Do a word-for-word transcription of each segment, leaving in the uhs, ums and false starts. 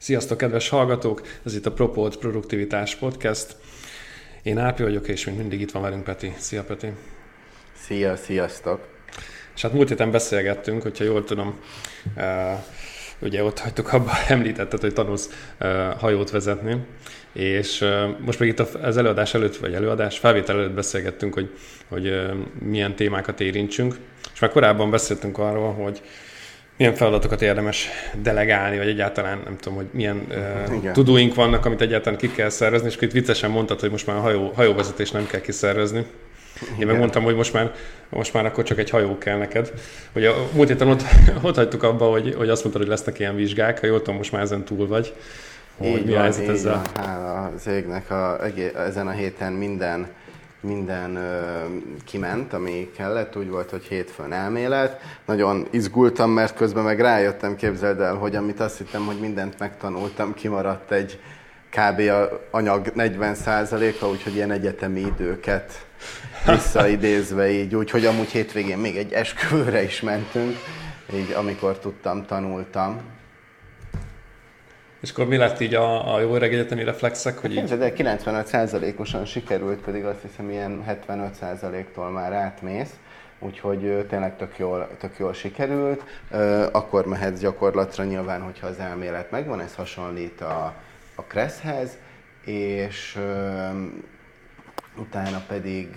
Sziasztok, kedves hallgatók! Ez itt a Propót Produktivitás Podcast. Én Ápi vagyok, és mint mindig itt van velünk Peti. Szia, Peti! Szia, sziasztok! És hát múlt héten beszélgettünk, hogyha jól tudom, uh, ugye ott hagytuk abba, említetted, hogy tanulsz uh, hajót vezetni, és uh, most meg itt az előadás előtt, vagy előadás, felvétel előtt beszélgettünk, hogy, hogy uh, milyen témákat érintsünk, és már korábban beszéltünk arról, hogy milyen feladatokat érdemes delegálni, vagy egyáltalán nem tudom, hogy milyen uh, tudóink vannak, amit egyáltalán ki kell szervezni, és akkor itt viccesen mondtad, hogy most már a hajó, hajóvezetés nem kell kiszervezni. Én meg mondtam, hogy most már, most már akkor csak egy hajó kell neked. Ugye a múlt héten ott, ott hagytuk abba, hogy, hogy azt mondtad, hogy lesznek ilyen vizsgák, ha jól tudom, most már ezen túl vagy. Hogy így mi van, így ezzel? Van. Hála az égnek, a, ezen a héten minden minden ö, kiment, ami kellett, úgy volt, hogy hétfőn elmélet. Nagyon izgultam, mert közben meg rájöttem, képzeld el, hogy amit azt hittem, hogy mindent megtanultam, kimaradt egy kb. A anyag negyven százaléka, úgyhogy ilyen egyetemi időket visszaidézve így, úgyhogy amúgy hétvégén még egy esküvőre is mentünk, így amikor tudtam, tanultam. És akkor mi lett így a, a jó öreg egyetemi reflexek? Hogy így... De kilencvenöt százalékosan sikerült, pedig azt hiszem ilyen hetvenöt százaléktól már átmész, úgyhogy tényleg tök jól, tök jól sikerült. Akkor mehetsz gyakorlatra nyilván, hogyha az elmélet megvan, ez hasonlít a, a Kresszhez, és utána pedig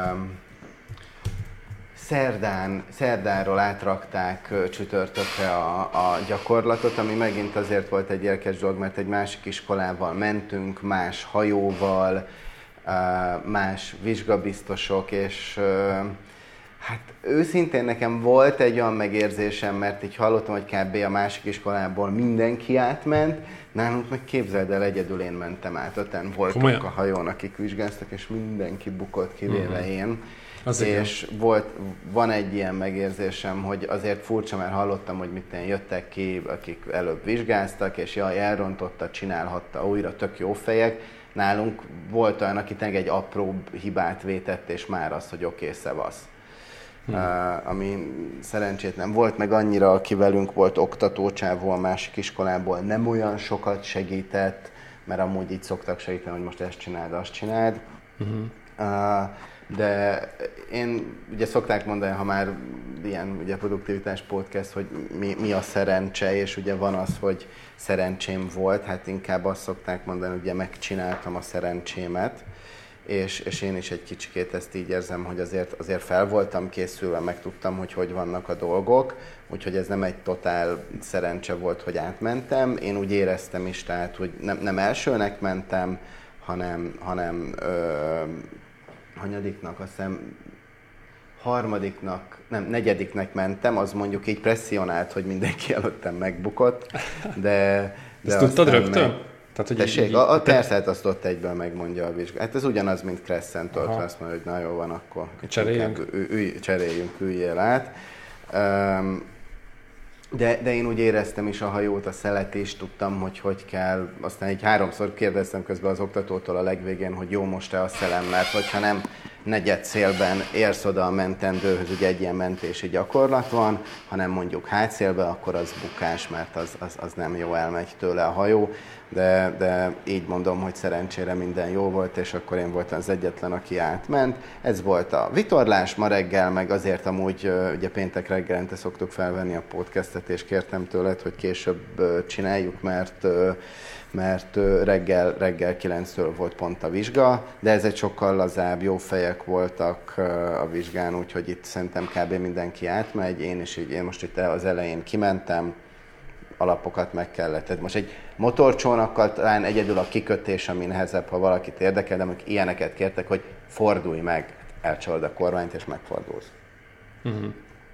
Szerdán, szerdáról átrakták csütörtökre a, a gyakorlatot, ami megint azért volt egy érdekes dolog, mert egy másik iskolával mentünk, más hajóval, más vizsgabiztosok, és hát őszintén nekem volt egy olyan megérzésem, mert így hallottam, hogy kb. A másik iskolából mindenki átment, nálunk meg képzeld el, egyedül én mentem át, öten voltunk Komolyan? A hajón, akik vizsgáztak, és mindenki bukott, kivéve uh-huh. én. Az és volt, van egy ilyen megérzésem, hogy azért furcsa, mert hallottam, hogy mit jöttek ki, akik előbb vizsgáztak, és jaj, elrontotta, csinálhatta újra, tök jó fejek. Nálunk volt olyan, aki tényleg egy apró hibát vétett, és már az, hogy oké, okay, szevasz. Hmm. Uh, ami szerencsétlen volt, meg annyira, aki velünk volt oktatócsávó a másik iskolából, nem olyan sokat segített, mert amúgy így szoktak segíteni, hogy most ezt csináld, azt csináld. Hmm. Uh, De én ugye szokták mondani, ha már ilyen ugye produktivitás podcast, hogy mi, mi a szerencse, és ugye van az, hogy szerencsém volt, hát inkább azt szokták mondani, hogy ugye megcsináltam a szerencsémet, és, és én is egy kicsikét ezt így érzem, hogy azért, azért fel voltam készülve, megtudtam, hogy hogy vannak a dolgok, úgyhogy ez nem egy totál szerencse volt, hogy átmentem, én úgy éreztem is, tehát, hogy nem, nem elsőnek mentem, hanem, hanem ö, hanyadiknak, azt hiszem harmadiknak, nem, negyediknek mentem, az mondjuk így presszionált, hogy mindenki előttem megbukott, de... de ezt tudtad rögtön? Meg... Tehát, hogy Tessék, így, a, a terszelt azt ott egyből megmondja a vizsgát. Hát ez ugyanaz, mint Kresszentől, azt mondja, hogy na jó van, akkor cseréljünk, ülj, ülj, cseréljünk üljél át. Um, De, de én úgy éreztem is a hajót, a szelet is, tudtam, hogy hogy kell. Aztán egy háromszor kérdeztem közben az oktatótól a legvégén, hogy jó most-e a szelem, mert hogyha nem negyed szélben érsz oda a mentendőhöz, ugye egy ilyen mentési gyakorlat van, hanem mondjuk hátszélben, akkor az bukás, mert az, az, az nem jó, elmegy tőle a hajó. De, de így mondom, hogy szerencsére minden jó volt, és akkor én voltam az egyetlen, aki átment. Ez volt a vitorlás ma reggel, meg azért amúgy ugye péntek reggelente szoktuk felvenni a podcastet, és kértem tőled, hogy később csináljuk, mert, mert reggel, reggel kilenctől volt pont a vizsga, de ez egy sokkal lazább, jó fejek voltak a vizsgán, úgyhogy itt szerintem kb. Mindenki átmegy, én is így, én most itt az elején kimentem, alapokat meg kellett. Tehát most egy motorcsónakkal talán egyedül a kikötés, ami nehezebb, ha valakit érdekel, de amik ilyeneket kértek, hogy fordulj meg, elcsalod a kormányt és megfordulsz. Uh-huh.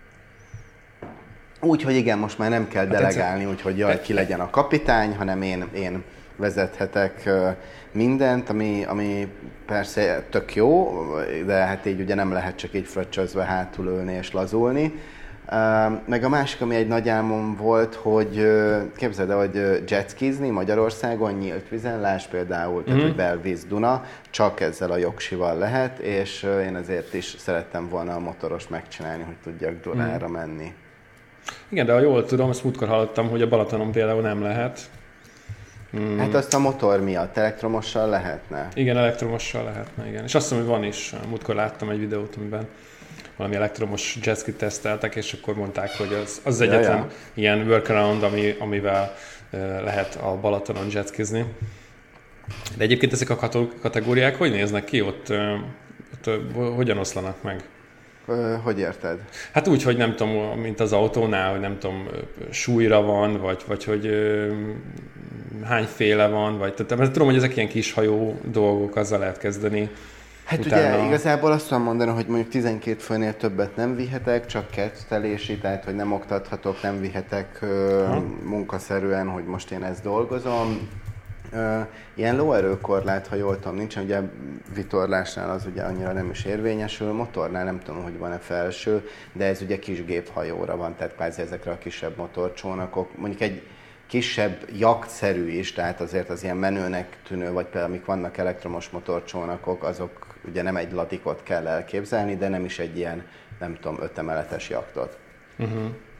Úgyhogy igen, most már nem kell delegálni, úgyhogy jaj, ki legyen a kapitány, hanem én, én vezethetek mindent, ami, ami persze tök jó, de hát így ugye nem lehet csak így fröccsözve hátul ülni és lazulni. Uh, meg a másik, ami egy nagy álmom volt, hogy uh, képzeld el, hogy uh, jetskizni Magyarországon nyílt vízen, láss például, mm-hmm. tehát hogy Belvíz Duna, csak ezzel a jogsival lehet, és uh, én ezért is szerettem volna a motoros megcsinálni, hogy tudjak Dunára mm. menni. Igen, de ha jól tudom, azt múltkor hallottam, hogy a Balatonon például nem lehet. Hmm. Hát azt a motor miatt, elektromossal lehetne? Igen, elektromossal lehetne, igen. És azt hiszem, hogy van is. Múltkor láttam egy videót, amiben valami elektromos jetskit teszteltek, és akkor mondták, hogy az, az ja, egyetlen ja. ilyen workaround, ami, amivel uh, lehet a Balatonon jetskizni. De egyébként ezek a kategóriák hogy néznek ki? Ott, uh, ott uh, hogyan oszlanak meg? Hogy érted? Hát úgy, hogy nem tudom, mint az autónál, hogy nem tudom, súlyra van, vagy, vagy hogy uh, hányféle van, vagy tehát tudom, hogy ezek ilyen kis hajó dolgok, azzal lehet kezdeni. Hát utána... ugye igazából azt tudom mondani, hogy mondjuk tizenkét főnél többet nem vihetek, csak kettelési, tehát hogy nem oktathatok, nem vihetek uh, munkaszerűen, hogy most én ezt dolgozom. Uh, ilyen lóerőkorlát, ha jól tudom, nincsen, ugye vitorlásnál az ugye annyira nem is érvényesül, motornál nem tudom, hogy van-e felső, de ez ugye kis géphajóra van, tehát kvázi ezekre a kisebb motorcsónakok. Mondjuk egy kisebb jachtszerű is, tehát azért az ilyen menőnek tűnő, vagy például amik vannak elektromos motorcsónakok, azok ugye nem egy ladikot kell elképzelni, de nem is egy ilyen, nem tudom, ötemeletes jachtot. Uh-huh.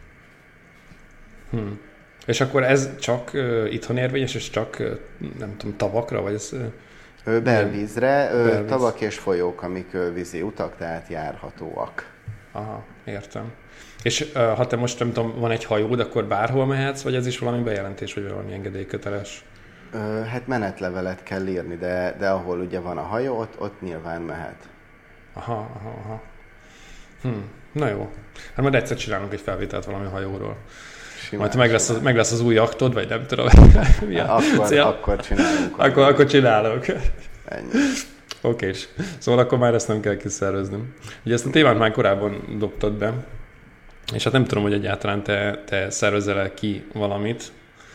Hmm. És akkor ez csak uh, itthon érvényes, és csak, uh, nem tudom, tavakra, vagy ez... Uh, belvízre, uh, belvíz. Tavak és folyók, amik uh, vízi utak, tehát járhatóak. Aha, értem. És uh, ha te most, nem tudom, van egy hajód, akkor bárhol mehetsz, vagy ez is valami bejelentés, vagy valami engedélyköteles? Uh, hát menetlevelet kell írni, de, de ahol ugye van a hajó, ott, ott nyilván mehet. Aha, aha, aha. Hm. Na jó. Hát majd egyszer csinálunk egy felvételt valami hajóról. Simán, majd meg lesz, az, meg lesz az új jachtod, vagy nem tudom. akkor, akkor csinálunk. Akkor, akkor csinálok. Ennyi. Okés. Szóval akkor már ezt nem kell kiszervezni. Ugye ezt a témát már korábban dobtad be, és hát nem tudom, hogy egyáltalán te, te szervezel ki valamit.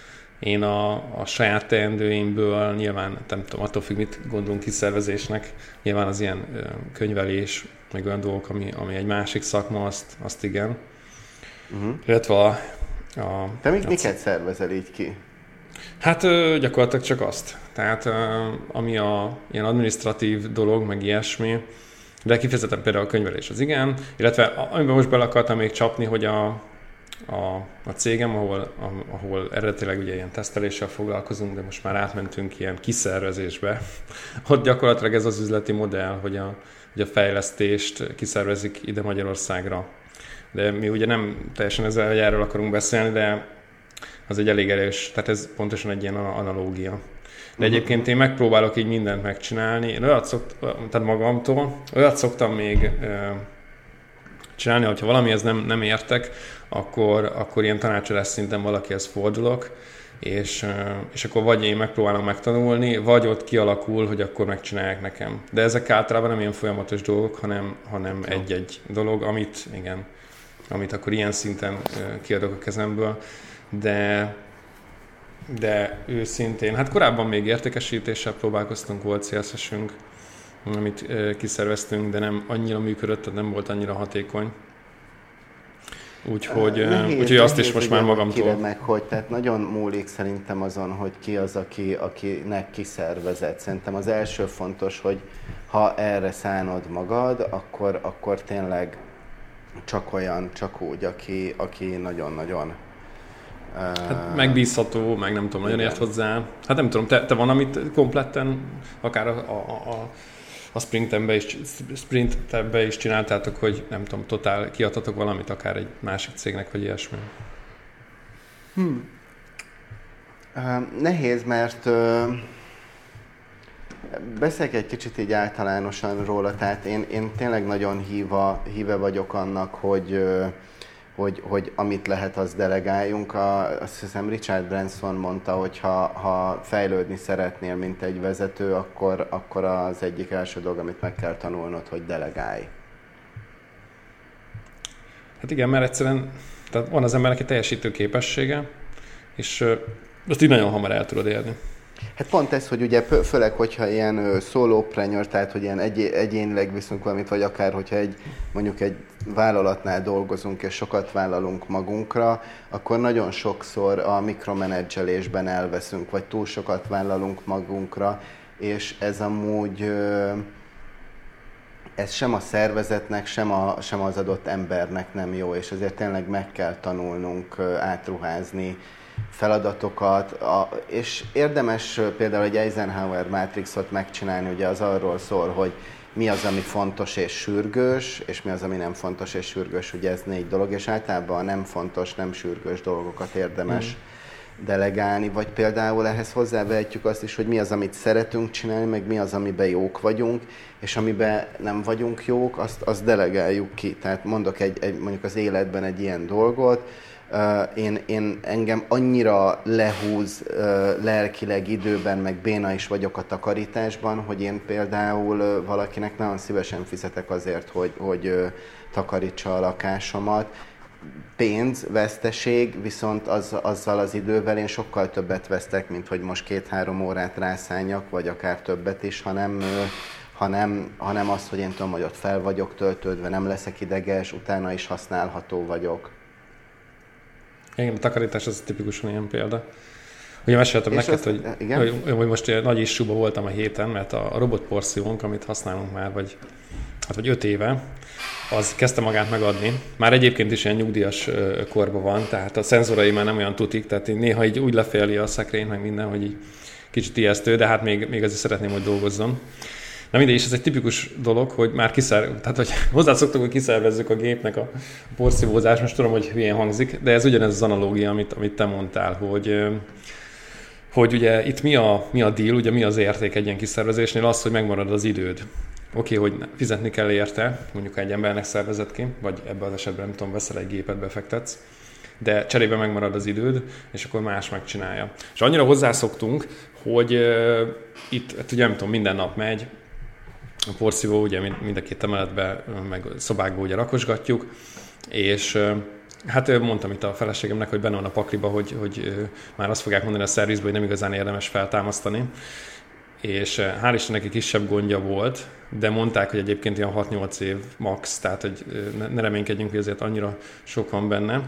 Én a, a saját teendőimből nyilván, nem tudom, attól függ, mit gondolunk kiszervezésnek. Nyilván az ilyen könyvelés, meg olyan dolgok, ami, ami egy másik szakma, azt, azt igen. Uh-huh. Illetve a... a te mit, miket szervezel így ki? Hát gyakorlatilag csak azt. Tehát ami a ilyen adminisztratív dolog, meg ilyesmi, de kifejezetten például a könyvelés az igen, illetve amiben most bele akartam még csapni, hogy a, a, a cégem, ahol, ahol eredetileg ugye ilyen teszteléssel foglalkozunk, de most már átmentünk ilyen kiszervezésbe, ott gyakorlatilag ez az üzleti modell, hogy a, hogy a fejlesztést kiszervezik ide Magyarországra. De mi ugye nem teljesen ezzel erről akarunk beszélni, de az egy elég erős, tehát ez pontosan egy ilyen analógia. De egyébként én megpróbálok így mindent megcsinálni. Én olyat szoktam, tehát magamtól, olyat szoktam még ö, csinálni, hogyha valamihez nem, nem értek, akkor, akkor ilyen tanácsadás szinten valakihez fordulok, és, ö, és akkor vagy én megpróbálom megtanulni, vagy ott kialakul, hogy akkor megcsinálják nekem. De ezek általában nem ilyen folyamatos dolgok, hanem, hanem egy-egy dolog, amit, igen, amit akkor ilyen szinten ö, kiadok a kezemből. De, de őszintén, hát korábban még értékesítéssel próbálkoztunk, volt cé es es-ünk, amit e, kiszerveztünk, de nem annyira működött, tehát nem volt annyira hatékony. Úgyhogy, nehéz, úgyhogy azt is most már magamtól... meg, hogy, tehát nagyon múlik szerintem azon, hogy ki az, aki, akinek kiszervezett. Szerintem az első fontos, hogy ha erre szánod magad, akkor, akkor tényleg csak olyan, csak úgy, aki, aki nagyon-nagyon... Hát megbízható, meg nem tudom, nagyon ért hozzá. Hát nem tudom, te, te van, amit kompletten, akár a, a, a, a sprintembe is, sprintbe is csináltátok, hogy nem tudom, totál kiadtatok valamit, akár egy másik cégnek, vagy ilyesmi? Hmm. Uh, nehéz, mert uh, beszéljek egy kicsit így általánosan róla, tehát én, én tényleg nagyon híva, híve vagyok annak, hogy uh, Hogy, hogy amit lehet, az delegáljunk. A, azt hiszem Richard Branson mondta, hogy ha, ha fejlődni szeretnél, mint egy vezető, akkor, akkor az egyik első dolog, amit meg kell tanulnod, hogy delegálj. Hát igen, mert egyszerűen tehát van az embernek egy teljesítő képessége, és azt így nagyon hamar el tudod érni. Hát pont ez, hogy ugye főleg, hogyha ilyen solopreneur, tehát hogy ilyen egy, egyénileg viszünk valamit, vagy akár, hogyha egy, mondjuk egy vállalatnál dolgozunk és sokat vállalunk magunkra, akkor nagyon sokszor a mikromenedzselésben elveszünk, vagy túl sokat vállalunk magunkra, és ez amúgy ez sem a szervezetnek, sem, a, sem az adott embernek nem jó, és ezért tényleg meg kell tanulnunk átruházni feladatokat, a, és érdemes például egy Eisenhower mátrixot megcsinálni, ugye az arról szól, hogy mi az, ami fontos és sürgős, és mi az, ami nem fontos és sürgős, ugye ez négy dolog, és általában a nem fontos, nem sürgős dolgokat érdemes mm. delegálni, vagy például ehhez hozzávehetjük azt is, hogy mi az, amit szeretünk csinálni, meg mi az, amiben jók vagyunk, és amiben nem vagyunk jók, azt, azt delegáljuk ki. Tehát mondok egy, egy, mondjuk az életben egy ilyen dolgot, Uh, én, én engem annyira lehúz uh, lelkileg időben, meg béna is vagyok a takarításban, hogy én például uh, valakinek nagyon szívesen fizetek azért, hogy, hogy uh, takarítsa a lakásomat. Pénz, veszteség, viszont az, azzal az idővel én sokkal többet vesztek, mint hogy most két-három órát rászálljak, vagy akár többet is, hanem, uh, hanem, hanem az, hogy én tudom, hogy ott fel vagyok töltődve, nem leszek ideges, utána is használható vagyok. Igen, a takarítás az tipikusan ilyen példa. Ugye meséltem neked, azt, hogy, hogy, hogy most nagy issúba voltam a héten, mert a robotporszívónk, amit használunk már, vagy, hát vagy öt éve, az kezdte magát megadni. Már egyébként is ilyen nyugdíjas korban van, tehát a szenzorai már nem olyan tutik, tehát néha így úgy leféli a szekrényt, meg minden, hogy így kicsit ijesztő, de hát még, még azért szeretném, hogy dolgozzon. Na mindegy, és ez egy tipikus dolog, hogy már kiszer, tehát hogy hozzászoktuk, hogy kiszervezzük a gépnek a porszívózást, most tudom, hogy hülyén hangzik, de ez ugyanez az analógia, amit, amit te mondtál, hogy, hogy ugye itt mi a, mi a deal, ugye mi az érték egy ilyen kiszervezésnél, az, hogy megmarad az időd. Oké, okay, hogy fizetni kell érte, mondjuk egy embernek szervezed ki, vagy ebben az esetben nem tudom, veszel egy gépet, befektetsz, de cserébe megmarad az időd, és akkor más megcsinálja. És annyira hozzászoktunk, hogy uh, itt, hát ugye nem tudom, minden nap megy, a porszívó, ugye mind a két emeletben, meg szobákban ugye rakosgatjuk, és hát mondtam itt a feleségemnek, hogy benne van a pakliba, hogy, hogy már azt fogják mondani a szervizben, hogy nem igazán érdemes feltámasztani, és hál' Istennek egy kisebb gondja volt, de mondták, hogy egyébként ilyen hat-nyolc év max, tehát hogy ne reménykedjünk, hogy azért annyira sok van benne.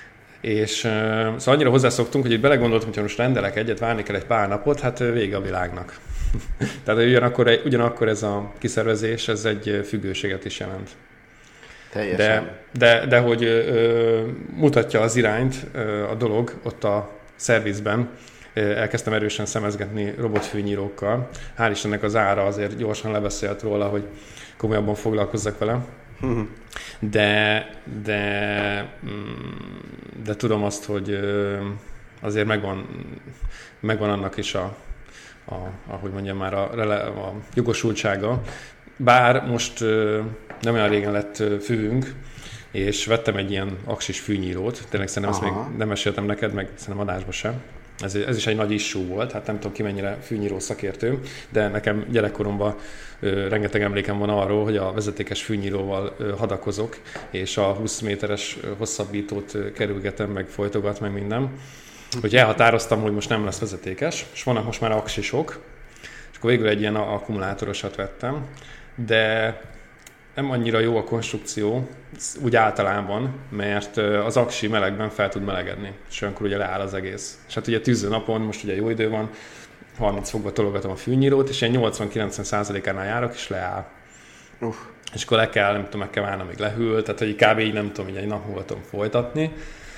És szóval annyira hozzászoktunk, hogy itt belegondoltam, hogyha most rendelek egyet, várni kell egy pár napot, hát vége a világnak. Tehát ugyanakkor, ugyanakkor ez a kiszervezés, ez egy függőséget is jelent. Teljesen. De, de, de hogy ö, mutatja az irányt ö, a dolog ott a szervizben, elkezdtem erősen szemezgetni robotfűnyírókkal. Hál' Istennek az ára azért gyorsan lebeszélt róla, hogy komolyabban foglalkozzak vele. De, de, de tudom azt, hogy azért megvan, megvan annak is a, a, ahogy mondjam már, a, a jogosultsága. Bár most nem olyan régen lett fűvünk, és vettem egy ilyen aksis fűnyírót. Tényleg szerintem ezt még nem meséltem neked, meg szerintem adásba sem. Ez, ez is egy nagy issue volt, hát nem tudom ki mennyire fűnyíró szakértő, de nekem gyerekkoromban ö, rengeteg emlékem van arról, hogy a vezetékes fűnyíróval ö, hadakozok, és a húsz méteres hosszabbítót ö, kerülgetem, meg folytogat, meg minden. Hogy elhatároztam, hogy most nem lesz vezetékes, és vannak most már aksisok, és akkor végül egy ilyen akkumulátorosat vettem, de nem annyira jó a konstrukció, úgy általában, mert az aksi melegben fel tud melegedni, és olyankor ugye leáll az egész. És hát ugye tűző napon, most ugye jó idő van, harminc fokba tologatom a fűnyírót, és ilyen nyolcvan-kilencven százalékánál járok, és leáll. Uff. És akkor le kell, nem tudom, meg kell várni, amíg lehűl, tehát hogy kb. Így nem tudom, így egy nap múlva tudom folytatni.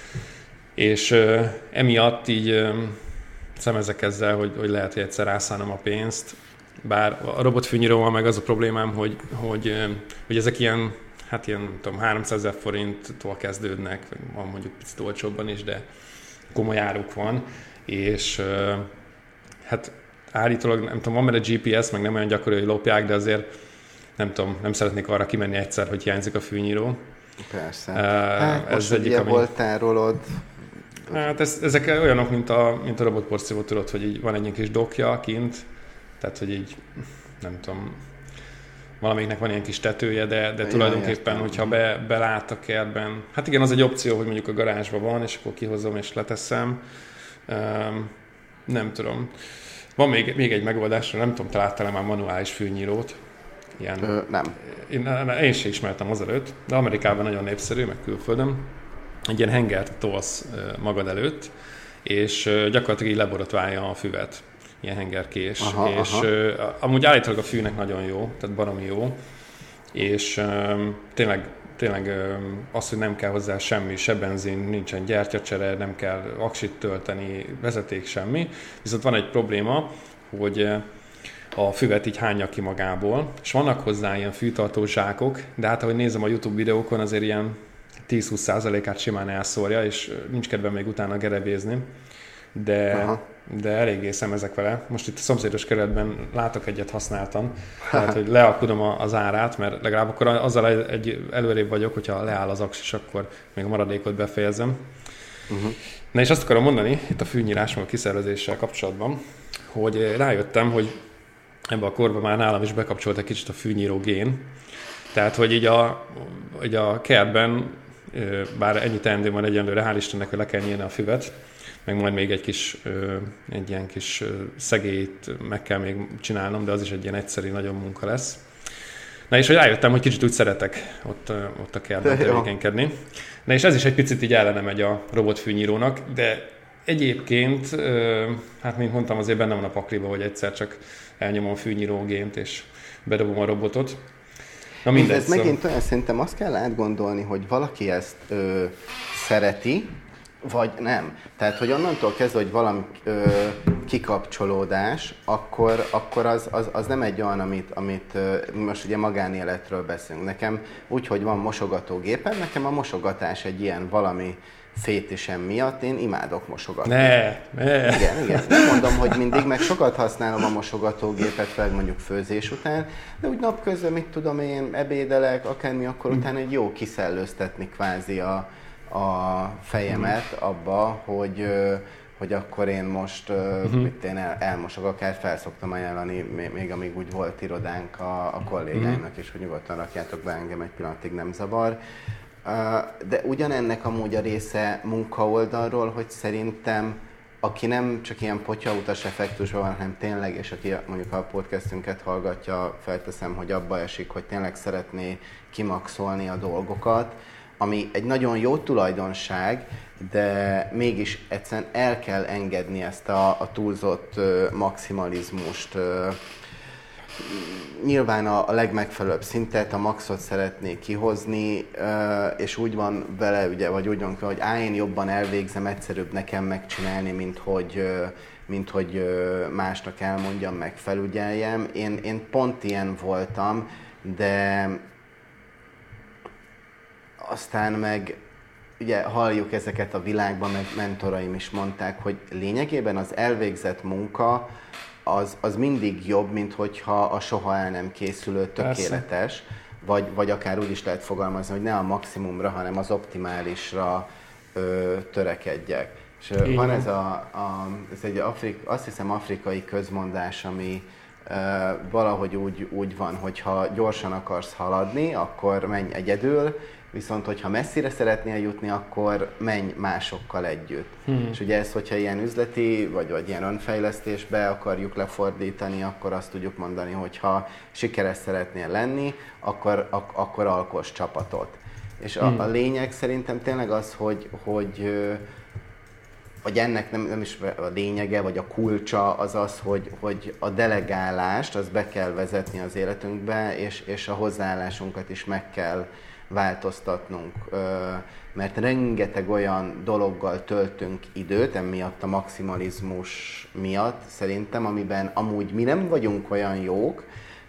És uh, emiatt így uh, szemezek ezzel, hogy, hogy lehet, hogy egyszer rászállnom a pénzt. Bár a robotfűnyíróval meg az a problémám, hogy, hogy, hogy ezek ilyen, hát ilyen, nem tudom, háromszázezer forinttól kezdődnek, van mondjuk picit olcsóbban is, de komoly áruk van, és hát állítólag, nem tudom, van már a gé pé es, meg nem olyan gyakori, hogy lopják, de azért nem tudom, nem szeretnék arra kimenni egyszer, hogy hiányzik a fűnyíró. Persze. Uh, hát ez most egyik, ami... voltál rólad. Hát ez, ezek olyanok, mint a, mint a robotporszívó, tudod, hogy így van egy ilyen kis dokja kint, tehát, hogy így, nem tudom, valamelyiknek van ilyen kis tetője, de, de tulajdonképpen, értem. Hogyha be, belát a kertben, hát igen, az egy opció, hogy mondjuk a garázsban van, és akkor kihozom és leteszem. Um, nem tudom. Van még, még egy megoldásra, nem tudom, te láttál már manuális fűnyírót? Ilyen, Ö, nem. Én, én sem ismertem azelőtt, de Amerikában nagyon népszerű, meg külföldön. Egy ilyen hengert tolsz magad előtt, és gyakorlatilag így leborotválja a füvet. Ilyen hengerkés, aha, és aha. Uh, amúgy állítólag a fűnek nagyon jó, tehát baromi jó, és uh, tényleg, tényleg az, hogy nem kell hozzá semmi, se benzin, nincsen gyertyacsere, nem kell aksit tölteni, vezeték, semmi. Viszont van egy probléma, hogy a füvet így hányja ki magából, és vannak hozzá ilyen fűtartó zsákok, de hát ahogy nézem a YouTube videókon, azért ilyen tíz-húsz százalékát simán elszórja, és nincs kedvem még utána gerebézni, de, de eléggé szemezek vele. Most itt a szomszédos kerületben látok egyet használtan, tehát hogy lealkudom az árát, mert legalább akkor azzal egy előrébb vagyok, hogyha leáll az aks, és akkor még a maradékot befejezem. Uh-huh. Na és azt akarom mondani, itt a fűnyírás, meg a kiszervezéssel kapcsolatban, hogy rájöttem, hogy ebben a korban már nálam is bekapcsolt egy kicsit a fűnyíró gén. Tehát, hogy így a, így a kertben, bár ennyi teendő van egyenlőre, hál' Istennek, hogy le kell nyírni a füvet, meg majd még egy kis, egy ilyen kis szegélyt meg kell még csinálnom, de az is egy ilyen egyszerű, nagyon munka lesz. Na és hogy rájöttem, hogy kicsit úgy szeretek ott, ott a kertben tevékenykedni. Na és ez is egy picit így ellene megy a robotfűnyírónak, de egyébként, hát mint mondtam, azért benne van a pakliba, hogy egyszer csak elnyomom a fűnyírógént és bedobom a robotot. Na mindegy, ez szó... megint olyan, szerintem azt kell átgondolni, hogy valaki ezt ö, szereti, vagy nem. Tehát, hogy onnantól kezdve, hogy valami ö, kikapcsolódás, akkor, akkor az, az, az nem egy olyan, amit, amit ö, most ugye magánéletről beszélünk. Nekem úgy, hogy van mosogatógépem, nekem a mosogatás egy ilyen valami fétisem miatt, én imádok mosogatni. Ne, ne. Igen, igen. Nem mondom, hogy mindig, meg sokat használom a mosogatógépet, fel mondjuk főzés után, de úgy napközben, mit tudom én, ebédelek, akármi, akkor utána egy jó kiszellőztetni kvázi a, a fejemet abba, hogy, hogy akkor én most uh-huh. mit én el, elmosok, akár felszoktam ajánlani, még, még amíg úgy volt irodánk a, a kollégáimnak, uh-huh. és hogy nyugodtan rakjátok be engem, egy pillanatig nem zavar. De ugyanennek amúgy a része munka oldalról, hogy szerintem aki nem csak ilyen potyautas effektusban van, hanem tényleg, és aki mondjuk a podcastünket hallgatja, felteszem, hogy abba esik, hogy tényleg szeretné kimaxolni a dolgokat, ami egy nagyon jó tulajdonság, de mégis egyszerűen el kell engedni ezt a, a túlzott maximalizmust. Nyilván a, a legmegfelelőbb szintet, a maxot szeretnék kihozni, és úgy van vele, ugye, vagy úgy van, hogy á, én jobban elvégzem, egyszerűbb nekem megcsinálni, mint hogy, mint hogy másnak elmondjam, meg felügyeljem. Én, én pont ilyen voltam, de aztán meg ugye halljuk ezeket a világban, meg mentoraim is mondták, hogy lényegében az elvégzett munka Az, az mindig jobb, mint hogyha a soha el nem készülő tökéletes, vagy, vagy akár úgy is lehet fogalmazni, hogy ne a maximumra, hanem az optimálisra ö, törekedjek. És ö, van ez, a, a, ez egy Afrik, azt hiszem afrikai közmondás, ami ö, valahogy úgy, úgy van, hogy ha gyorsan akarsz haladni, akkor menj egyedül, viszont hogyha messzire szeretnél jutni, akkor menj másokkal együtt. Hmm. És ugye ezt, hogyha ilyen üzleti, vagy, vagy ilyen önfejlesztésbe akarjuk lefordítani, akkor azt tudjuk mondani, hogy ha sikeres szeretnél lenni, akkor, ak- akkor alkoss csapatot. És a, hmm. a lényeg szerintem tényleg az, hogy, hogy vagy ennek nem, nem is a lényege, vagy a kulcsa az az, hogy, hogy a delegálást az be kell vezetni az életünkbe, és, és a hozzáállásunkat is meg kell változtatnunk, mert rengeteg olyan dologgal töltünk időt, emiatt a maximalizmus miatt szerintem, amiben amúgy mi nem vagyunk olyan jók,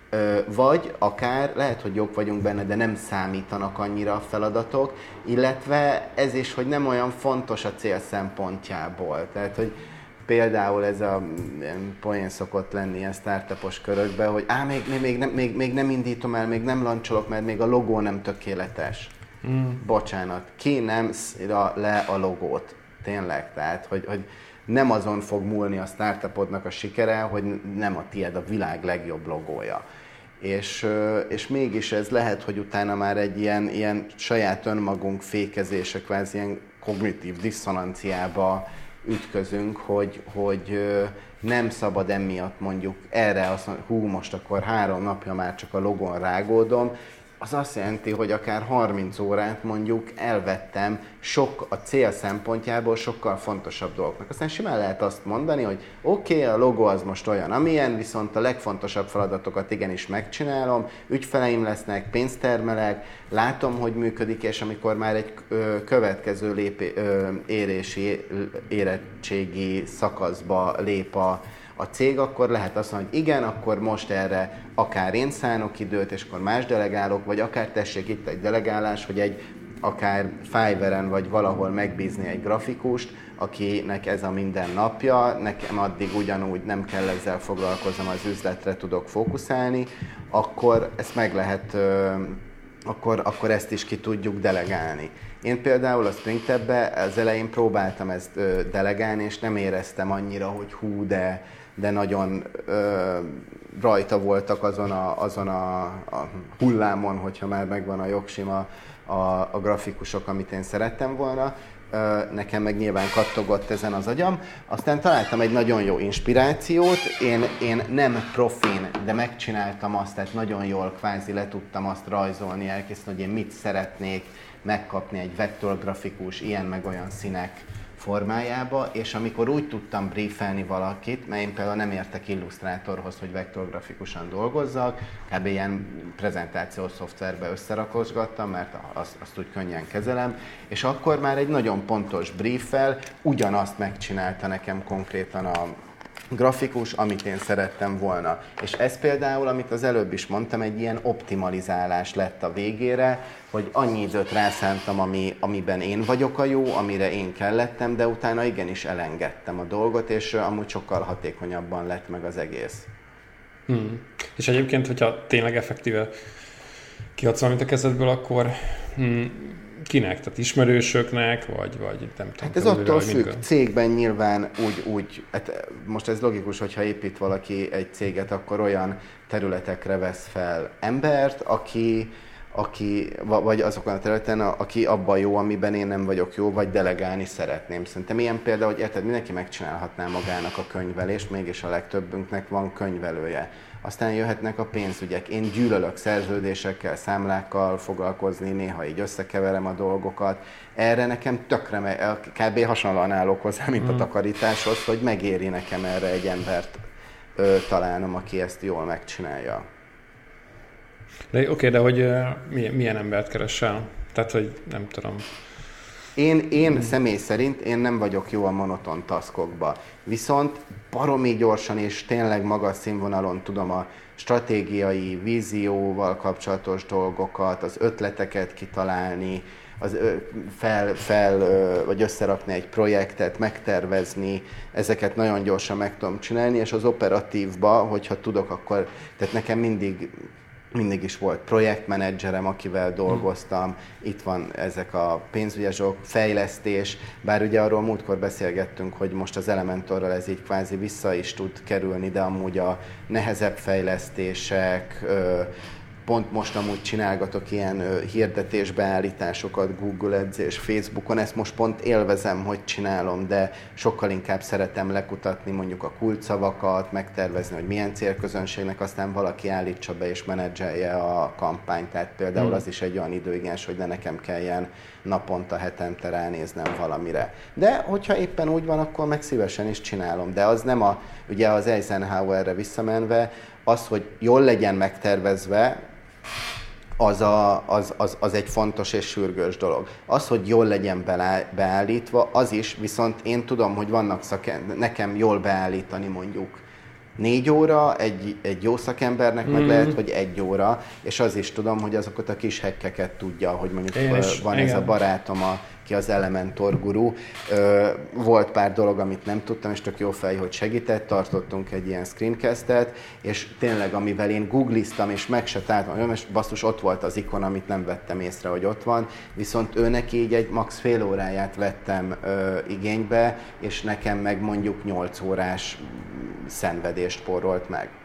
vagy akár lehet, hogy jók vagyunk benne, de nem számítanak annyira a feladatok, illetve ez is, hogy nem olyan fontos a cél szempontjából. Tehát, hogy például ez a poén szokott lenni ilyen startupos körökben, hogy á, még, még, nem, még, még nem indítom el, még nem lancsolok, mert még a logó nem tökéletes. Mm. Bocsánat, ki nem szira le a logót? Tényleg, tehát, hogy, hogy nem azon fog múlni a startupodnak a sikere, hogy nem a tiéd a világ legjobb logója. És, és mégis ez lehet, hogy utána már egy ilyen, ilyen saját önmagunk fékezése, kvázi ilyen kognitív diszonanciába ütközünk, hogy, hogy nem szabad emiatt mondjuk erre azt mondani, hú, most akkor három napja már csak a logón rágódom, az azt jelenti, hogy akár harminc órát mondjuk elvettem sok a cél szempontjából sokkal fontosabb dolgoknak. Aztán simán lehet azt mondani, hogy oké, okay, a logó az most olyan, amilyen, viszont a legfontosabb feladatokat igenis megcsinálom, ügyfeleim lesznek, pénzt termelek, látom, hogy működik, és amikor már egy ö, következő lépé, ö, érési, érettségi szakaszba lép a a cég, akkor lehet azt mondani, hogy igen, akkor most erre akár én szánok időt, és akkor más delegálok, vagy akár tessék itt egy delegálás, hogy egy akár Fiverr-en vagy valahol megbízni egy grafikust, akinek ez a minden napja, nekem addig ugyanúgy nem kell ezzel foglalkoznom, az üzletre tudok fókuszálni, akkor ezt meg lehet, akkor, akkor ezt is ki tudjuk delegálni. Én például a SpringTab-be az elején próbáltam ezt delegálni, és nem éreztem annyira, hogy hú, de, de nagyon ö, rajta voltak azon, a, azon a, a hullámon, hogyha már megvan a jogsim a, a, a grafikusok, amit én szerettem volna. Ö, nekem meg nyilván kattogott ezen az agyam. Aztán találtam egy nagyon jó inspirációt. Én, én nem profin, de megcsináltam azt, tehát nagyon jól kvázi le tudtam azt rajzolni, elkészíteni, hogy én mit szeretnék megkapni egy vektorgrafikus ilyen meg olyan színek formájába, és amikor úgy tudtam briefelni valakit, mert én például nem értek illusztrátorhoz, hogy vektorgrafikusan dolgozzak, kb. Ilyen prezentációs szoftverbe összerakosgattam, mert azt, azt úgy könnyen kezelem, és akkor már egy nagyon pontos brieffel ugyanazt megcsinálta nekem konkrétan a grafikus, amit én szerettem volna. És ez például, amit az előbb is mondtam, egy ilyen optimalizálás lett a végére, hogy annyi időt rászántam, ami, amiben én vagyok a jó, amire én kellettem, de utána igenis elengedtem a dolgot, és amúgy sokkal hatékonyabban lett meg az egész. Hmm. És egyébként, hogyha tényleg effektíve kiadsz valamit a kezedből, akkor hmm, kinek? Tehát ismerősöknek, vagy, vagy nem tudom. Hát ez attól függ. Cégben nyilván úgy, úgy, hát most ez logikus, hogyha épít valaki egy céget, akkor olyan területekre vesz fel embert, aki, aki vagy azokon a területen, aki abban jó, amiben én nem vagyok jó, vagy delegálni szeretném. Szerintem ilyen például, hogy érted, mindenki megcsinálhatná magának a könyvelést, mégis a legtöbbünknek van könyvelője. Aztán jöhetnek a pénzügyek. Én gyűlölök szerződésekkel, számlákkal foglalkozni, néha így összekeverem a dolgokat. Erre nekem tökre, kb. Hasonlóan állok hozzá, mint a takarításhoz, hogy megéri nekem erre egy embert ö, találnom, aki ezt jól megcsinálja. De oké, okay, de hogy uh, milyen, milyen embert keresel? Tehát, hogy nem tudom. Én, én személy szerint én nem vagyok jó a monoton taskokba, viszont baromi gyorsan és tényleg magas színvonalon tudom a stratégiai, vízióval kapcsolatos dolgokat, az ötleteket kitalálni, az fel, fel, vagy összerakni egy projektet, megtervezni, ezeket nagyon gyorsan meg tudom csinálni, és az operatívba, hogyha tudok, akkor, tehát nekem mindig Mindig is volt projektmenedzserem, akivel dolgoztam, itt van ezek a pénzügyes dolgok, fejlesztés, bár ugye arról múltkor beszélgettünk, hogy most az Elementorral ez így kvázi vissza is tud kerülni, de amúgy a nehezebb fejlesztések, pont most amúgy csinálgatok ilyen hirdetésbeállításokat Google Ads és Facebookon, ezt most pont élvezem, hogy csinálom, de sokkal inkább szeretem lekutatni mondjuk a kulcsszavakat, megtervezni, hogy milyen célközönségnek, aztán valaki állítsa be és menedzselje a kampányt. Tehát például hmm. az is egy olyan időigényes, hogy ne nekem kelljen naponta, hetente ránéznem valamire. De hogyha éppen úgy van, akkor meg szívesen is csinálom. De az nem a, ugye az Eisenhowerre visszamenve, az, hogy jól legyen megtervezve, az, a, az, az, az egy fontos és sürgős dolog. Az, hogy jól legyen beállítva, az is, viszont én tudom, hogy vannak szakemberek, nekem jól beállítani mondjuk négy óra, egy, egy jó szakembernek meg mm. lehet, hogy egy óra, és az is tudom, hogy azokat a kis hekkeket tudja, hogy mondjuk is, van igen. Ez a barátom, aki az Elementor guru. Volt pár dolog, amit nem tudtam, és tök jó fej, hogy segített, tartottunk egy ilyen screencastet, és tényleg, amivel én googliztam, és meg se találtam, és basszus, ott volt az ikon, amit nem vettem észre, hogy ott van, viszont ő neki így egy max fél óráját vettem ö, igénybe, és nekem meg mondjuk nyolc órás szenvedést porrolt meg.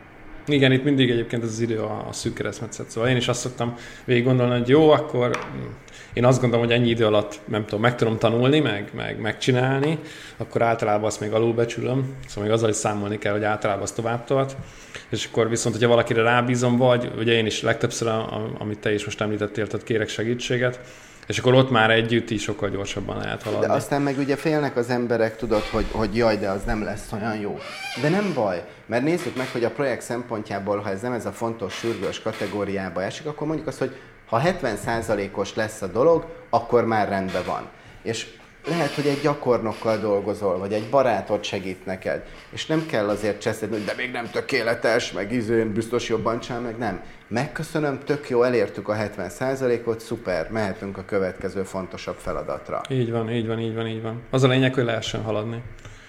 Igen, itt mindig egyébként ez az idő a, a szűk keresztmetszet. Szóval én is azt szoktam végig gondolni, hogy jó, akkor én azt gondolom, hogy ennyi idő alatt nem tudom, meg tudom tanulni, meg, meg megcsinálni, akkor általában azt még alulbecsülöm. Szóval még azzal is számolni kell, hogy általában azt tovább tart. És akkor viszont, hogyha valakire rábízom, vagy ugye én is legtöbbször, amit te is most említettél, tehát kérek segítséget, és akkor ott már együtt is sokkal gyorsabban lehet haladni. De aztán meg ugye félnek az emberek, tudod, hogy, hogy jaj, de az nem lesz olyan jó. De nem baj, mert nézzük meg, hogy a projekt szempontjából, ha ez nem ez a fontos, sürgős kategóriába esik, akkor mondjuk azt, hogy ha hetven százalékos lesz a dolog, akkor már rendben van. És lehet, hogy egy gyakornokkal dolgozol, vagy egy barátod segít neked, és nem kell azért cseszedni, hogy de még nem tökéletes, meg izén biztos jobban csinál, meg nem. Megköszönöm, tök jó, elértük a hetven százalékot, szuper, mehetünk a következő fontosabb feladatra. Így van, így van, így van, így van. Az a lényeg, hogy lehessen haladni.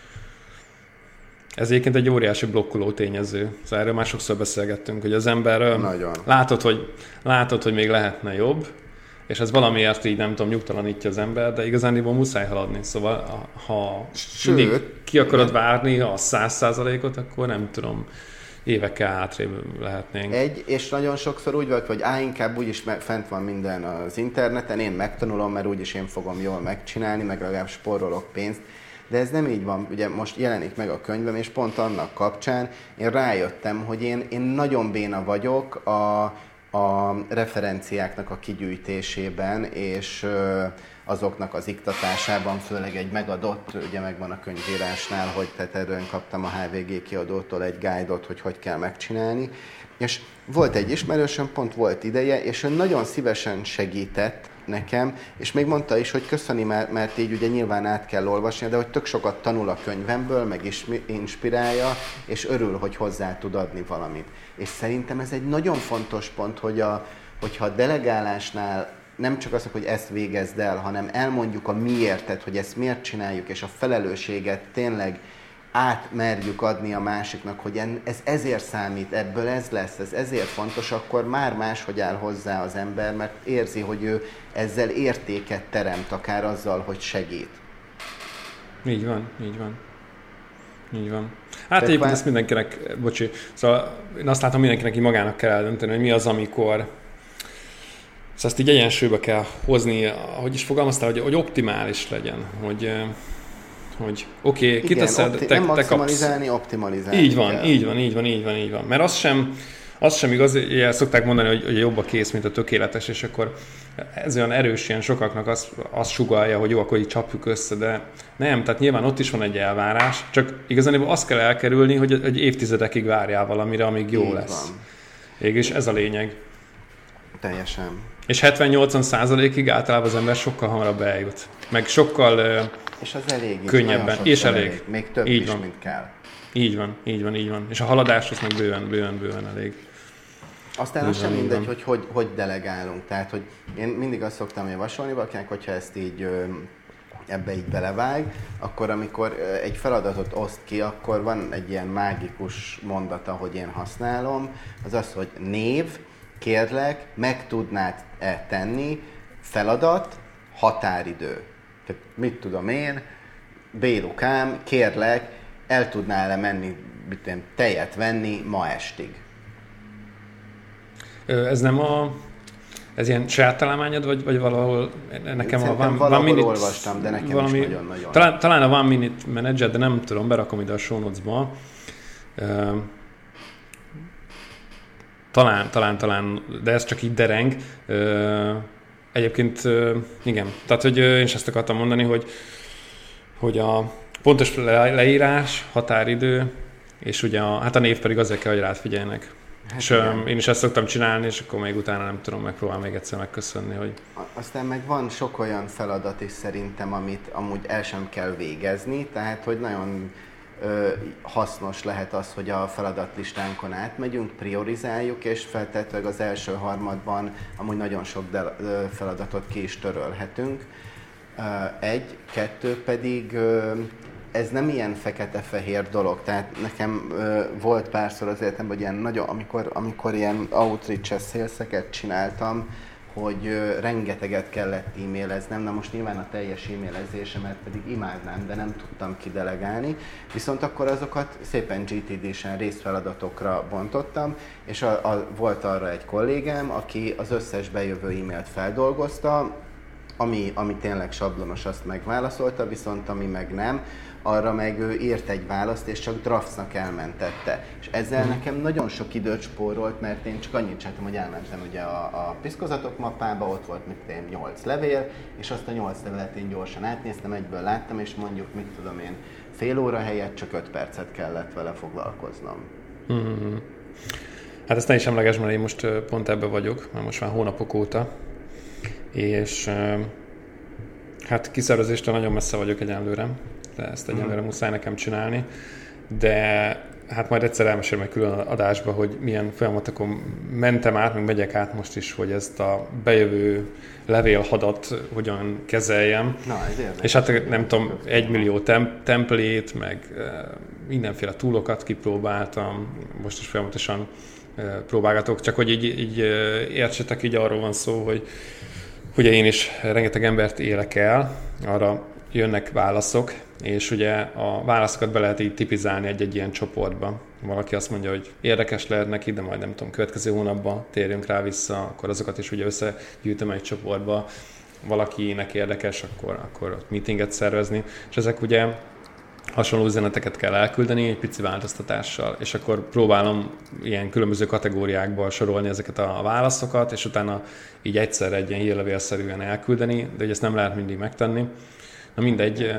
Ez egyébként egy óriási blokkoló tényező. Szóval erről már sokszor beszélgettünk, hogy az ember Nagyon. Látod, hogy, látod, hogy még lehetne jobb, és ez valamiért így nem tudom, nyugtalanítja az ember, de igazániból muszáj haladni. Szóval ha Sőt, mindig ki akarod várni a száz százalékot, akkor nem tudom, évekkel hátrébb lehetnénk. Egy, és nagyon sokszor úgy volt, hogy á, inkább úgyis fent van minden az interneten, én megtanulom, mert úgyis én fogom jól megcsinálni, meg legalább spórolok pénzt. De ez nem így van, ugye most jelenik meg a könyvem, és pont annak kapcsán én rájöttem, hogy én, én nagyon béna vagyok a, a referenciáknak a kigyűjtésében, és ö, azoknak az iktatásában, főleg egy megadott, ugye megvan a könyvírásnál, hogy tehát erről kaptam a há vé gé kiadótól egy guide-ot, hogy hogy kell megcsinálni. És volt egy ismerősöm, pont volt ideje, és ő nagyon szívesen segített nekem, és még mondta is, hogy köszöni, mert, mert így ugye nyilván át kell olvasni, de hogy tök sokat tanul a könyvemből, meg is inspirálja, és örül, hogy hozzá tud adni valamit. És szerintem ez egy nagyon fontos pont, hogy a, hogyha a delegálásnál nem csak az, hogy ezt végezd el, hanem elmondjuk a miértet, hogy ezt miért csináljuk, és a felelősséget tényleg átmerjük adni a másiknak, hogy ez ezért számít, ebből ez lesz, ez ezért fontos, akkor már máshogy áll hozzá az ember, mert érzi, hogy ő ezzel értéket teremt, akár azzal, hogy segít. Így van, így van. Így van. Hát egyébként már... ezt mindenkinek, bocsi, szóval én azt látom, mindenkinek így magának kell eldönteni, hogy mi az, amikor szóval ezt így egyensúlyba kell hozni, ahogy is fogalmaztál, hogy, hogy optimális legyen, hogy hogy oké, okay, kiteszed, opti- te, nem te maximalizálni, kapsz. optimalizálni Így van, kell. így van, így van, így van, így van. Mert az sem, az sem igaz, ilyen szokták mondani, hogy, hogy jobb a kész, mint a tökéletes, és akkor ez olyan erős, ilyen sokaknak azt, azt sugallja, hogy jó, akkor így csapjuk össze, de nem, tehát nyilván ott is van egy elvárás, csak igazából azt kell elkerülni, hogy, hogy évtizedekig várjál valamire, amíg jó így lesz. És ez a lényeg. Teljesen. És hetven-nyolcvan százalékig általában az ember sokkal hamarabb eljut. Meg sokkal és az elég is, könnyebben. És elég. elég. Még több így is, van. mint kell. Így van, így van, így van. És a haladás az meg bőven, bőven, bőven elég. Aztán az sem mindegy, hogy, hogy hogy delegálunk. Tehát, hogy én mindig azt szoktam javasolni valakinek, hogyha ezt így ebbe így belevág, akkor amikor egy feladatot oszt ki, akkor van egy ilyen mágikus mondata, hogy én használom, az az, hogy név, kérlek, meg tudnád-e tenni, feladat, határidő. Tehát mit tudom én, Bélukám, kérlek, el tudnál-e menni, mit tudom, tejet venni ma estig? Ez nem a... Ez ilyen saját találmányod, vagy, vagy valahol nekem Szerintem a van, valahol minute, olvastam, de nekem valami, is nagyon-nagyon. Talán, talán a One Minute Manager, de nem tudom, berakom ide a show notes-ba. Talán, talán, talán, de ez csak így dereng. Egyébként igen, tehát hogy én is ezt akartam mondani, hogy, hogy a pontos leírás, határidő, és ugye a, hát a név pedig azért kell, hogy rád figyeljenek. Hát és igen. Én is ezt szoktam csinálni, és akkor még utána nem tudom, megpróbálom még egyszer megköszönni, hogy... Aztán meg van sok olyan feladat is szerintem, amit amúgy el sem kell végezni, tehát hogy nagyon ö, hasznos lehet az, hogy a feladatlistánkon átmegyünk, priorizáljuk, és feltétlenül az első harmadban amúgy nagyon sok de, ö, feladatot ki is törölhetünk. Ö, egy, kettő pedig... Ö, ez nem ilyen fekete-fehér dolog, tehát nekem ö, volt párszor az életemben, hogy ilyen nagyon, amikor, amikor ilyen outreach-es szélszeket csináltam, hogy rengeteget kellett e-maileznem, na most nyilván a teljes e-mailezésemet pedig imádnám, de nem tudtam kidelegálni, viszont akkor azokat szépen gé té dé-sen részfeladatokra bontottam, és a, a, volt arra egy kollégám, aki az összes bejövő e-mailt feldolgozta, ami, ami tényleg sablonos, azt megválaszolta, viszont ami meg nem, arra meg ő írt egy választ, és csak draftsnak elmentette. És ezzel nekem nagyon sok időt spórolt, mert én csak annyit csináltam, hogy elmentem ugye a, a piszkozatok mappába, ott volt mit én nyolc levél, és azt a nyolc levelet én gyorsan átnéztem, egyből láttam, és mondjuk, mit tudom én, fél óra helyett csak öt percet kellett vele foglalkoznom. Mm-hmm. Hát ezt ne is emlegesd, mert én most pont ebben vagyok, már most már hónapok óta, és hát kiszervezéstől nagyon messze vagyok egyelőre, de ezt egyelőre muszáj nekem csinálni, de hát majd egyszer elmesélem egy külön adásba, hogy milyen folyamatokon mentem át, meg megyek át most is, hogy ezt a bejövő levélhadat hogyan kezeljem. Na, ez érdekes. És hát nem tudom, egymillió tem- templét, meg mindenféle túlokat kipróbáltam, most is folyamatosan próbálgatok, csak hogy így, így értsetek, így arról van szó, hogy ugye én is rengeteg embert élek el, arra jönnek válaszok, és ugye a válaszokat be lehet így tipizálni egy-egy ilyen csoportba. Valaki azt mondja, hogy érdekes lehet neki, de majd nem tudom, következő hónapban térjünk rá vissza, akkor azokat is ugye összegyűjtöm egy csoportba. Valakinek érdekes, akkor, akkor ott meetinget szervezni, és ezek ugye hasonló üzeneteket kell elküldeni egy pici változtatással, és akkor próbálom ilyen különböző kategóriákba sorolni ezeket a válaszokat, és utána így egyszer egy ilyen hírlevélszerűen elküldeni, de ugye ezt nem lehet mindig megtenni. Na mindegy,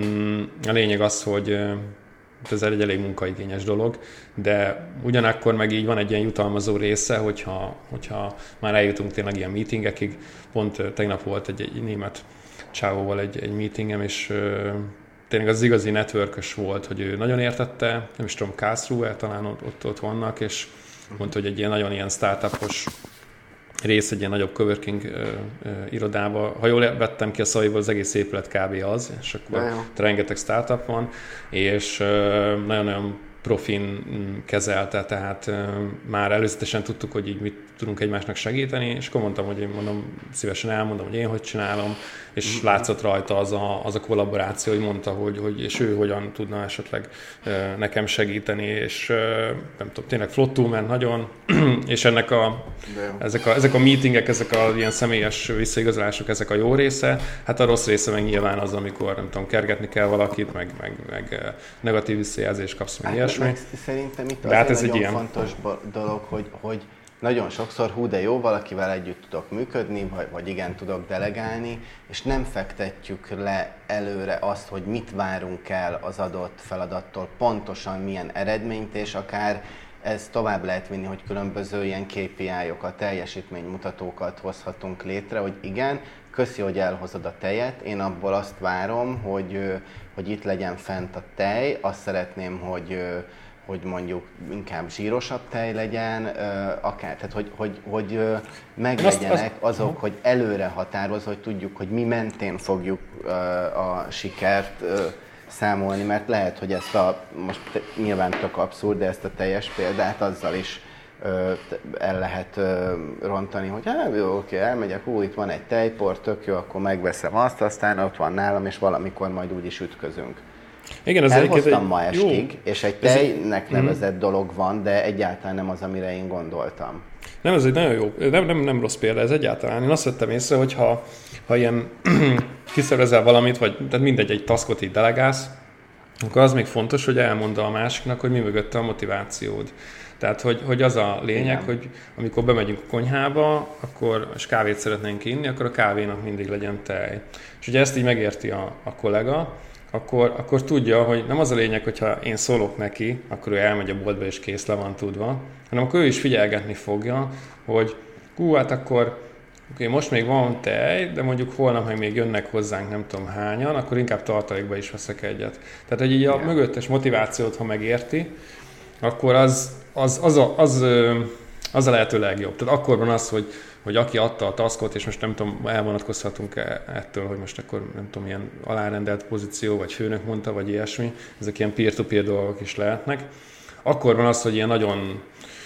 a lényeg az, hogy ez egy elég munkaigényes dolog, de ugyanakkor meg így van egy ilyen jutalmazó része, hogyha, hogyha már eljutunk tényleg ilyen meetingekig. Pont tegnap volt egy, egy német csávóval egy, egy meetingem, és tényleg az igazi networkös volt, hogy ő nagyon értette, nem is tudom, Karlsruhe, talán ott, ott, ott vannak, és mondta, hogy egy ilyen nagyon ilyen startupos rész, egy ilyen nagyobb coworking uh, uh, irodába. Ha jól vettem ki a szavaiból, az egész épület kb. Az, és akkor rengeteg startup van, és uh, nagyon-nagyon profin kezelte, tehát uh, már előzetesen tudtuk, hogy így mit tudunk egymásnak segíteni, és akkor mondtam, hogy én mondom, szívesen elmondom, hogy én hogy csinálom, és mm. látszott rajta az a, az a kollaboráció, hogy mondta, hogy, hogy és ő hogyan tudna esetleg uh, nekem segíteni, és uh, nem tudom, tényleg flottul ment nagyon, és ennek a, ezek a, ezek a meetingek, ezek a ilyen személyes visszaigazolások, ezek a jó része, hát a rossz része meg nyilván az, amikor nem tudom, kergetni kell valakit, meg, meg, meg negatív visszajelzést kapsz, meg hát, ilyesmi. Meg szerintem itt az hát ez egy nagyon ilyen fontos dolog, hogy, hogy nagyon sokszor hú de jó, valakivel együtt tudok működni, vagy, vagy igen, tudok delegálni, és nem fektetjük le előre azt, hogy mit várunk el az adott feladattól, pontosan milyen eredményt, és akár ez tovább lehet vinni, hogy különböző ilyen ká pé í-okat, teljesítménymutatókat hozhatunk létre, hogy igen, köszi, hogy elhozod a tejet, én abból azt várom, hogy, hogy itt legyen fent a tej, azt szeretném, hogy hogy mondjuk inkább zsírosabb tej legyen, akár, tehát hogy, hogy, hogy meglegyenek azok, hogy előre határozva, hogy tudjuk, hogy mi mentén fogjuk a sikert számolni, mert lehet, hogy ezt a, most nyilván tök abszurd, de ezt a teljes példát azzal is el lehet rontani, hogy hát jó, oké, elmegyek, ú, itt van egy tejpor, tök jó, akkor megveszem azt, aztán ott van nálam, és valamikor majd úgy is ütközünk. Igen, elhoztam egy, ma estig, jó. És egy tejnek nevezett mm. dolog van, de egyáltalán nem az, amire én gondoltam. Nem, ez egy nagyon jó, nem, nem, nem rossz példa, ez egyáltalán. Én azt vettem észre, hogy ha, ha ilyen kiszervezel valamit, vagy tehát mindegy, egy taskot így delegálsz, akkor az még fontos, hogy elmondd a másiknak, hogy mi mögötte a motivációd. Tehát, hogy, hogy az a lényeg, igen, hogy amikor bemegyünk a konyhába, akkor, és kávét szeretnénk inni, akkor a kávénak mindig legyen tej. És ugye ezt így megérti a, a kollega, Akkor, akkor tudja, hogy nem az a lényeg, hogyha én szólok neki, akkor ő elmegy a boltba és kész, le van tudva, hanem akkor ő is figyelgetni fogja, hogy hú, hát akkor oké, most még van tej, de mondjuk holnap, ha még jönnek hozzánk nem tudom hányan, akkor inkább tartalékba is veszek egyet. Tehát, hogy így a yeah. mögöttes motivációt, ha megérti, akkor az, az, az, a, az, az a lehető legjobb. Tehát akkor van az, hogy hogy aki adta a taskot, és most nem tudom, elvonatkozhatunk ettől, hogy most akkor nem tudom, ilyen alárendelt pozíció, vagy főnök mondta, vagy ilyesmi, ezek ilyen peer-to-peer dolgok is lehetnek. Akkor van az, hogy ilyen nagyon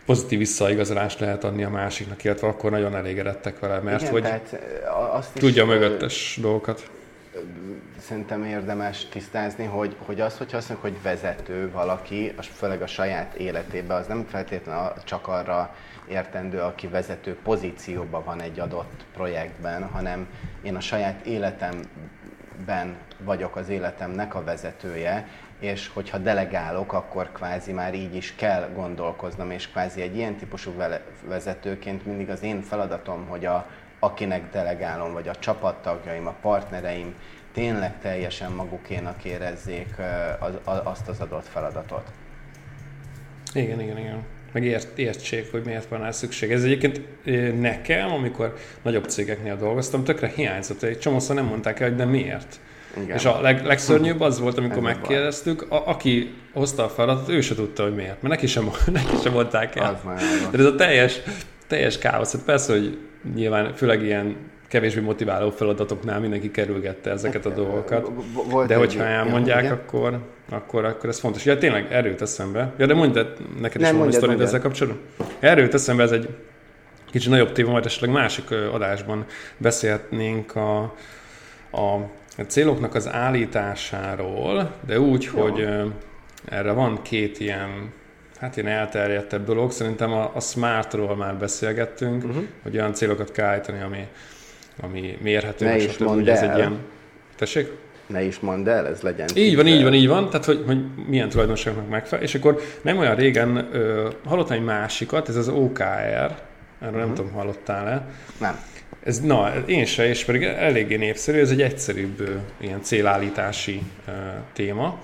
pozitív visszaigazolást lehet adni a másiknak, illetve akkor nagyon elégedettek vele, mert igen, hogy tehát azt tudja is, a mögöttes dolgokat. Szerintem érdemes tisztázni, hogy, hogy az, hogyha azt mondjuk, hogy vezető valaki, az főleg a saját életében, az nem feltétlenül csak arra értendő, aki vezető pozícióban van egy adott projektben, hanem én a saját életemben vagyok az életemnek a vezetője, és hogyha delegálok, akkor kvázi már így is kell gondolkoznom, és kvázi egy ilyen típusú vezetőként mindig az én feladatom, hogy a, akinek delegálom, vagy a csapattagjaim, a partnereim tényleg teljesen magukénak érezzék az, azt az adott feladatot. Igen, igen, igen. Meg ért, értsék, hogy miért van rá szükség. Ez egyébként nekem, amikor nagyobb cégeknél dolgoztam, tökre hiányzott. Egy csomószor nem mondták el, hogy de miért. Igen. És a leg, legszörnyűbb az volt, amikor megkérdeztük, a, aki hozta a feladatot, ő se tudta, hogy miért. Mert neki sem, neki sem mondták el. De ez a teljes, teljes káosz. Hát persze, hogy nyilván főleg ilyen kevésbé motiváló feladatoknál mindenki kerülgette ezeket a dolgokat. Volt de hogyha elmondják, ja, akkor, akkor, akkor ez fontos. Ja, tényleg erőt eszembe. Ja, de mondj, neked is van sztorid ezzel kapcsolatban. Erőt eszembe, ez egy kicsit nagyobb téma, majd esetleg másik adásban beszélhetnénk a, a céloknak az állításáról, de úgy, jó, hogy erre van két ilyen, hát ilyen elterjedtebb dolog. Szerintem a, a SMART-ról már beszélgettünk, uh-huh. hogy olyan célokat kell állítani, ami, ami mérhető. Ne is mondd el. Ez egy ilyen... Tessék? Ne is mondd el, ez legyen. Így van, így van, így van. Tehát, hogy, hogy milyen tulajdonságoknak megfelel. És akkor nem olyan régen ö, hallottam egy másikat, ez az o ká er. Erről uh-huh. nem tudom, hallottál-e? Nem. Ez, na, én se, és pedig eléggé népszerű, ez egy egyszerűbb ö, ilyen célállítási ö, téma.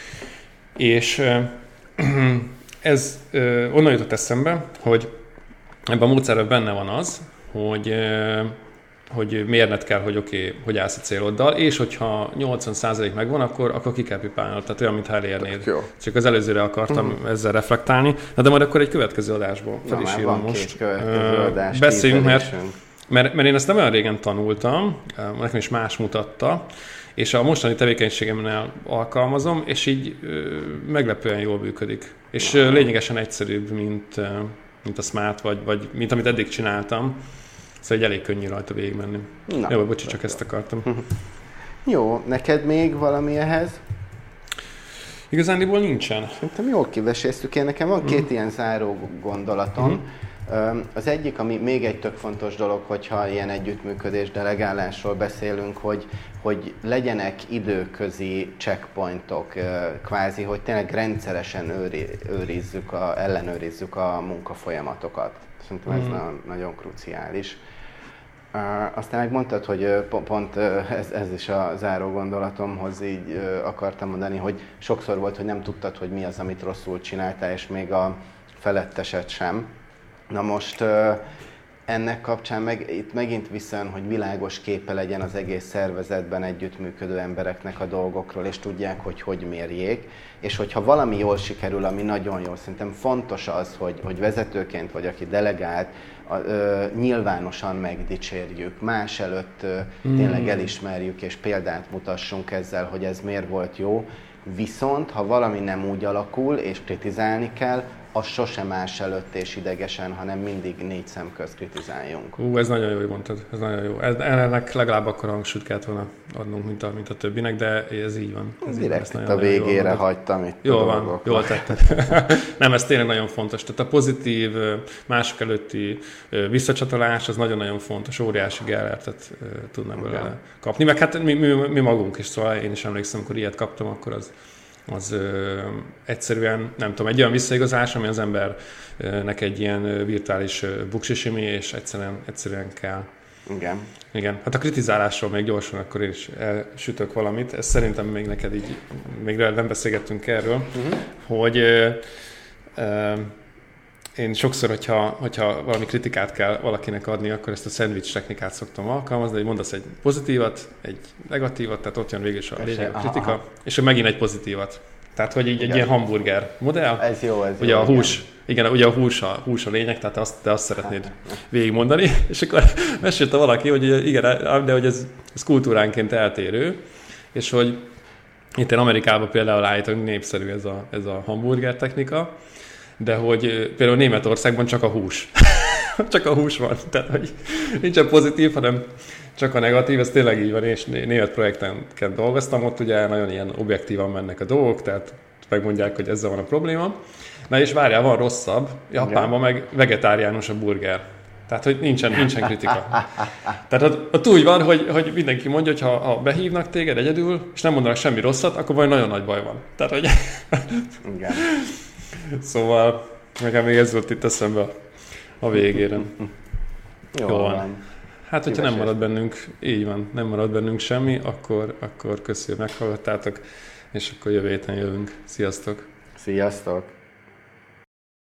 És ö, ez ö, onnan jutott eszembe, hogy ebben a módszerben benne van az, hogy, ö, hogy mérned kell, hogy oké, okay, hogy állsz a céloddal, és hogyha nyolcvan százalék megvan, akkor, akkor ki kell pipálnod, tehát olyan, mintha elérnéd. Csak az előzőre akartam uh-huh. ezzel reflektálni, de majd akkor egy következő adásból fel is írom most. Adás, beszéljünk, mert, mert, mert én ezt nem olyan régen tanultam, nekem is más mutatta, és a mostani tevékenységemnél alkalmazom, és így ö, meglepően jól működik. És ö, lényegesen egyszerűbb, mint, ö, mint a Smart, vagy, vagy mint amit eddig csináltam. Szóval egy elég könnyű rajta végigmenni. Na, jó, bocsi, csak ezt akartam. Jó, neked még valami ehhez? Igazándiból nincsen. Szerintem jól kiveséztük. Én nekem van két mm. ilyen záró gondolatom. Mm. Az egyik, ami még egy tök fontos dolog, hogyha ilyen együttműködés, delegálásról beszélünk, hogy, hogy legyenek időközi checkpointok, kvázi, hogy tényleg rendszeresen őri, őrizzük a, ellenőrizzük a munkafolyamatokat. Szerintem ez mm. nagyon, nagyon kruciális. Uh, aztán megmondtad, hogy uh, pont uh, ez, ez is a záró gondolatomhoz így uh, akartam mondani, hogy sokszor volt, hogy nem tudtad, hogy mi az, amit rosszul csináltál, és még a feletteset sem. Na most uh, ennek kapcsán meg, itt megint viszont, hogy világos képe legyen az egész szervezetben együttműködő embereknek a dolgokról, és tudják, hogy hogy mérjék. És hogyha valami jól sikerül, ami nagyon jól, szerintem fontos az, hogy, hogy vezetőként vagy aki delegált, a, ö, nyilvánosan megdicsérjük, más előtt ö, mm. tényleg elismerjük és példát mutassunk ezzel, hogy ez miért volt jó. Viszont, ha valami nem úgy alakul és kritizálni kell, az sosem más előtt és idegesen, hanem mindig négy szem közt kritizáljunk. Ú, ez nagyon jó, hogy mondtad. Ez nagyon jó. Ennek legalább akkor hangsúlyt kellett volna adnunk, mint a, mint a többinek, de ez így van. Ez direkt itt a végére hagytam itt jól van, dolgok. Jól tetted. Nem, ez tényleg nagyon fontos. Tehát a pozitív, mások előtti visszacsatolás, az nagyon-nagyon fontos. Óriási gellertet tudna belőle okay. kapni. Meg hát mi, mi, mi magunk is, szóval én is emlékszem, amikor ilyet kaptam, akkor az az ö, egyszerűen, nem tudom, egy olyan visszaigazás, ami az embernek egy ilyen virtuális buksisimi, és egyszerűen, egyszerűen kell. Igen. Igen. Hát a kritizálásról még gyorsan akkor én is elsütök valamit. Ez szerintem még neked így, még nem beszélgettünk erről, uh-huh. hogy ö, ö, én sokszor, hogyha, hogyha valami kritikát kell valakinek adni, akkor ezt a szendvics technikát szoktam alkalmazni, hogy mondasz egy pozitívat, egy negatívat, tehát ott jön végül is a lényeg, a kritika, aha. és megint egy pozitívat. Tehát, hogy így igen. egy ilyen hamburger modell. Ez jó, ez ugye jó. A hús, igen, igen ugye a hús, a hús a lényeg, tehát azt, te azt szeretnéd végigmondani, és akkor mesélte valaki, hogy igen, de hogy ez, ez kultúránként eltérő, és hogy itt Amerikában például állítólag népszerű ez a, ez a hamburger technika, de hogy például Németországban csak a hús. Csak a hús van, tehát hogy nincsen pozitív, hanem csak a negatív, ez tényleg így van, és német projektenken dolgoztam, ott ugye nagyon ilyen objektívan mennek a dolgok, tehát megmondják, hogy ezzel van a probléma. Na és várjál, van rosszabb, Japánban meg vegetáriánus a burger. Tehát, hogy nincsen, nincsen kritika. Tehát ott, ott úgy van, hogy, hogy mindenki mondja, hogy ha, ha behívnak téged egyedül, és nem mondanak semmi rosszat, akkor majd nagyon nagy baj van. Tehát, hogy... Igen. Szóval nekem még ez volt itt eszembe a, a végére. Jó, Jó van. van. Hát, hogyha nem marad bennünk, így van, nem marad bennünk semmi, akkor, akkor köszönjük, meghallgattátok, és akkor jövő héten jövünk. Sziasztok! Sziasztok!